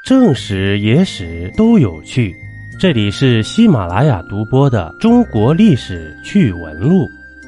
正史野史都有趣，这里是喜马拉雅独播的中国历史趣闻录。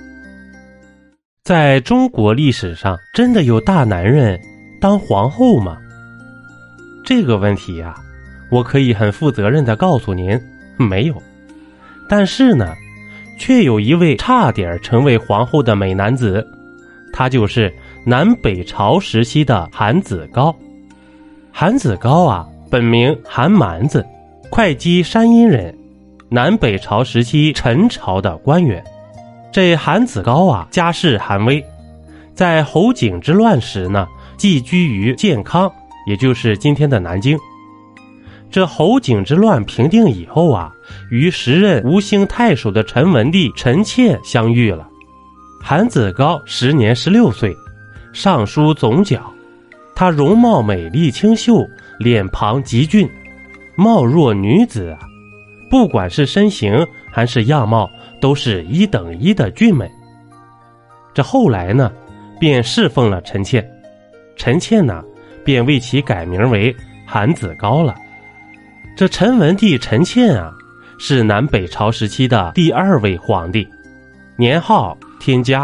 在中国历史上，真的有大男人当皇后吗？这个问题啊，我可以很负责任地告诉您，没有。但是呢，却有一位差点成为皇后的美男子，他就是南北朝时期的韩子高。韩子高啊，本名韩蛮子，会稽山阴人，南北朝时期陈朝的官员。这韩子高啊，家世寒微，在侯景之乱时呢，寄居于建康，也就是今天的南京。这侯景之乱平定以后啊，与时任吴兴太守的陈文帝陈倩相遇了。韩子高时年16岁，尚书总角。她容貌美丽清秀，脸庞极俊，貌若女子啊，不管是身形还是样貌，都是一等一的俊美。这后来呢，便侍奉了陈倩，陈倩呢，便为其改名为韩子高了。这陈文帝陈倩啊，是南北朝时期的第2位皇帝，年号天嘉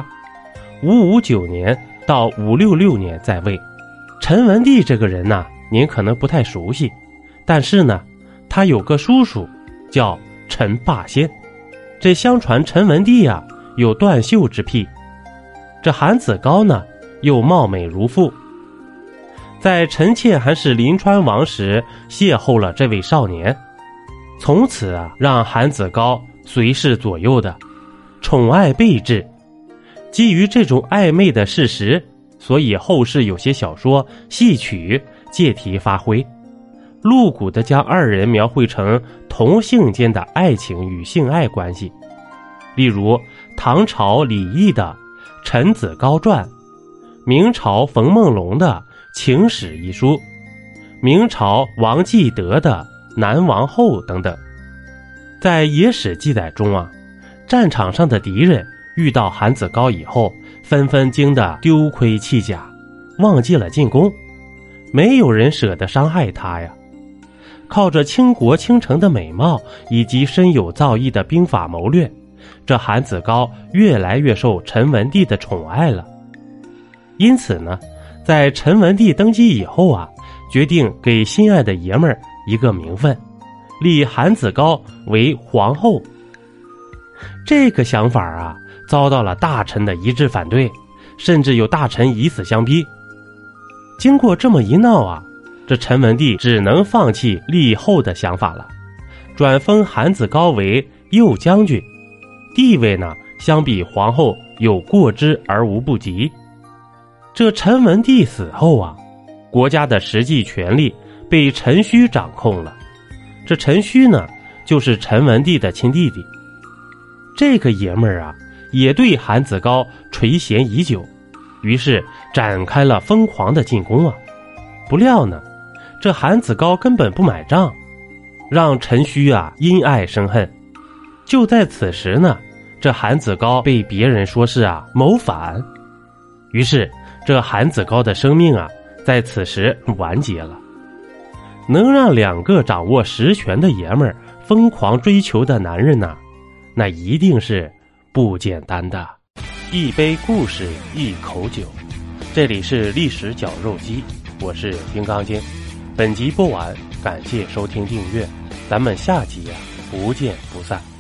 ，559年到566年在位。陈文帝这个人呢，您可能不太熟悉，但是呢，他有个叔叔叫陈霸先。这相传陈文帝啊，有断袖之癖，这韩子高呢，又貌美如妇。在陈倩还是临川王时邂逅了这位少年，从此啊，让韩子高随侍左右的宠爱备至。基于这种暧昧的事实，所以后世有些小说戏曲借题发挥，露骨地将二人描绘成同性间的爱情与性爱关系。例如唐朝李益的《陈子高传》，明朝冯梦龙的《情史》一书，明朝王继德的《南王后》等等。在野史记载中啊，战场上的敌人遇到韩子高以后，纷纷惊得丢盔弃甲，忘记了进攻，没有人舍得伤害他呀。靠着倾国倾城的美貌以及深有造诣的兵法谋略，这韩子高越来越受陈文帝的宠爱了。因此呢，在陈文帝登基以后啊，决定给心爱的爷们儿一个名分，立韩子高为皇后。这个想法啊，遭到了大臣的一致反对，甚至有大臣以死相逼。经过这么一闹啊，这陈文帝只能放弃立后的想法了，转封韩子高为右将军，地位呢，相比皇后有过之而无不及。这陈文帝死后啊，国家的实际权力被陈顼掌控了。这陈顼呢，就是陈文帝的亲弟弟。这个爷们儿啊，也对韩子高垂涎已久，于是展开了疯狂的进攻啊。不料呢，这韩子高根本不买账，让陈顼啊因爱生恨。就在此时呢，这韩子高被别人说是啊谋反，于是这韩子高的生命啊，在此时完结了。能让2个掌握实权的爷们儿疯狂追求的男人呢，那一定是不简单的。一杯故事，一口酒，这里是历史绞肉机，我是金刚经。本集播完，感谢收听订阅，咱们下集不见不散。